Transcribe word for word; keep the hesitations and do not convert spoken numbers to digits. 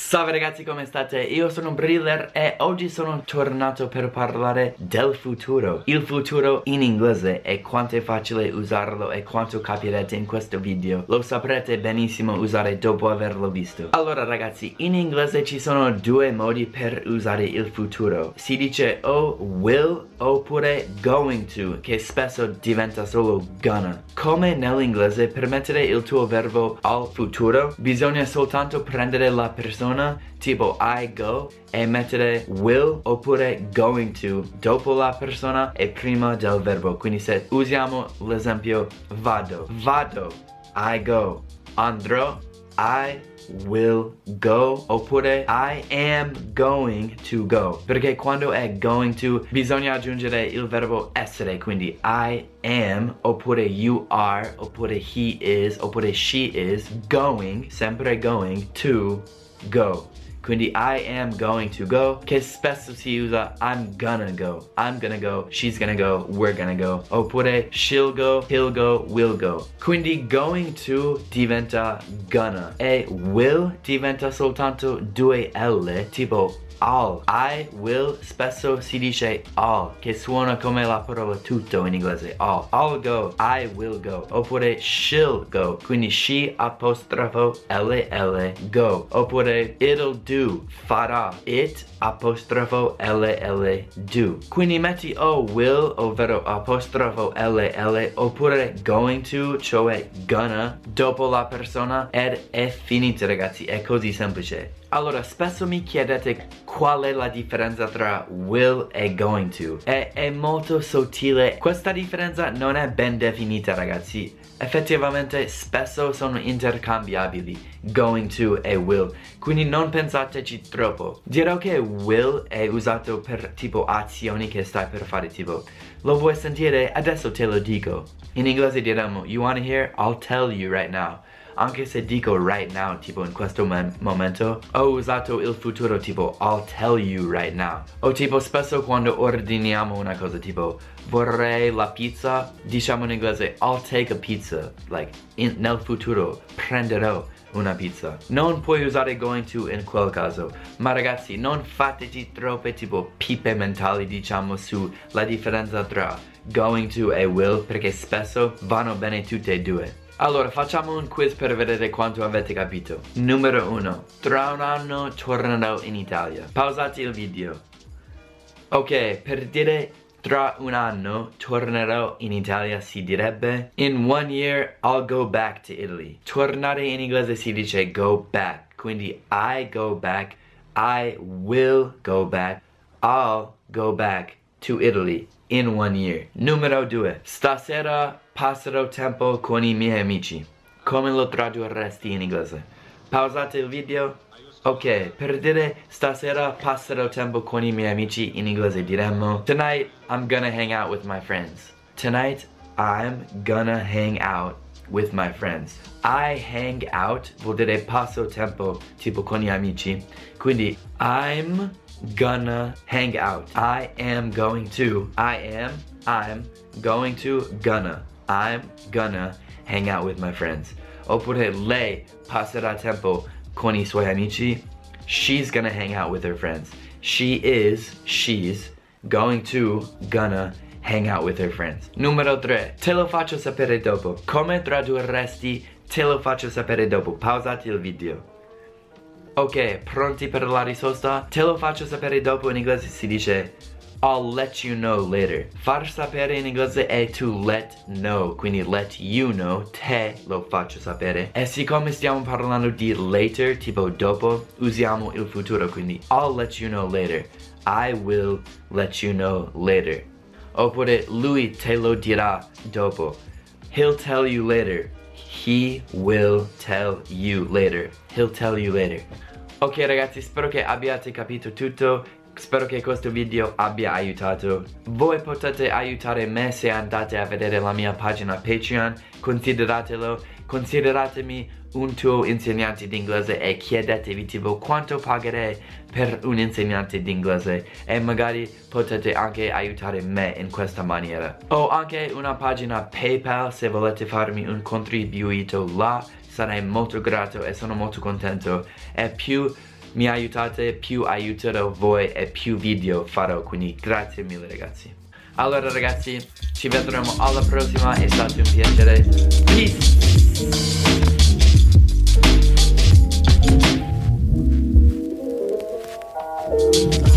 Salve ragazzi, come state? Io sono Briller e oggi sono tornato per parlare del futuro. Il futuro in inglese e quanto è facile usarlo e quanto capirete in questo video. Lo saprete benissimo usare dopo averlo visto. Allora ragazzi, in inglese ci sono due modi per usare il futuro. Si dice o will oppure going to, che spesso diventa solo gonna. Come nell'inglese, per mettere il tuo verbo al futuro bisogna soltanto prendere la persona tipo I go e mettere will oppure going to dopo la persona e prima del verbo. Quindi se usiamo l'esempio vado, vado, I go, andrò, I will go, oppure I am going to go, perché quando è going to bisogna aggiungere il verbo essere, quindi I am oppure you are oppure he is oppure she is going, sempre going to go. Quindi I am going to go, che spesso si usa I'm gonna go, I'm gonna go, she's gonna go, we're gonna go, oppure she'll go, he'll go, we'll go. Quindi going to diventa gonna e will diventa soltanto due L, tipo all. I will spesso si dice all, che suona come la parola tutto in inglese, all. I'll go, I will go, oppure she'll go, quindi she apostrofo L L go, oppure it'll do, farà, it apostrofo L L do. Quindi metti o will, ovvero apostrofo L L, oppure going to, cioè gonna, dopo la persona ed è finito ragazzi, è così semplice. Allora, spesso mi chiedete qual è la differenza tra will e going to. E è molto sottile. Questa differenza non è ben definita ragazzi. Effettivamente spesso sono intercambiabili, going to e will, quindi non pensateci troppo. Dirò che will è usato per tipo azioni che stai per fare, tipo lo vuoi sentire? Adesso te lo dico. In inglese diremo you wanna hear? I'll tell you right now. Anche se dico right now, tipo in questo momento, ho usato il futuro tipo I'll tell you right now. O tipo spesso quando ordiniamo una cosa tipo vorrei la pizza, diciamo in inglese I'll take a pizza. Like in, nel futuro prenderò una pizza. Non puoi usare going to in quel caso. Ma ragazzi, non fateci troppe tipo pipe mentali diciamo sulla differenza tra going to e will, perché spesso vanno bene tutte e due. Allora, facciamo un quiz per vedere quanto avete capito. Numero uno. Tra un anno tornerò in Italia. Pausate il video. Ok, per dire tra un anno tornerò in Italia si direbbe in one year I'll go back to Italy. Tornare in inglese si dice go back. Quindi I go back, I will go back, I'll go back to Italy in one year. Numero due. Stasera passerò tempo con i miei amici. Come lo tradurresti in inglese? Pausate il video. Ok, per dire stasera passerò tempo con i miei amici in inglese diremmo tonight I'm gonna hang out with my friends. Tonight I'm gonna hang out with my friends. I hang out vuol dire passo tempo tipo con gli amici. Quindi I'm gonna hang out. I am going to. I am. I'm going to. Gonna. I'm gonna hang out with my friends. Oppure lei passerà tempo con i suoi amici. She's gonna hang out with her friends. She is, she's, going to, gonna hang out with her friends. Numero tre. Te lo faccio sapere dopo. Come tradurresti te lo faccio sapere dopo? Pausate il video. Ok, pronti per la risposta? Te lo faccio sapere dopo in inglese si dice I'll let you know later. Far sapere in inglese è to let know, quindi let you know, te lo faccio sapere. E siccome stiamo parlando di later, tipo dopo, usiamo il futuro, quindi I'll let you know later. I will let you know later. Oppure lui te lo dirà dopo. He'll tell you later. He will tell you later. He'll tell you later. Ok ragazzi, spero che abbiate capito tutto. Spero che questo video abbia aiutato. Voi potete aiutare me se andate a vedere la mia pagina Patreon. Consideratelo. Consideratemi un tuo insegnante di inglese e chiedetevi tipo quanto pagherei per un insegnante di inglese e magari potete anche aiutare me in questa maniera. Ho anche una pagina PayPal se volete farmi un contribuito là. Sarei molto grato e sono molto contento. E più mi aiutate, più aiuterò voi e più video farò, quindi grazie mille ragazzi. Allora ragazzi, ci vedremo alla prossima, è stato un piacere. Peace!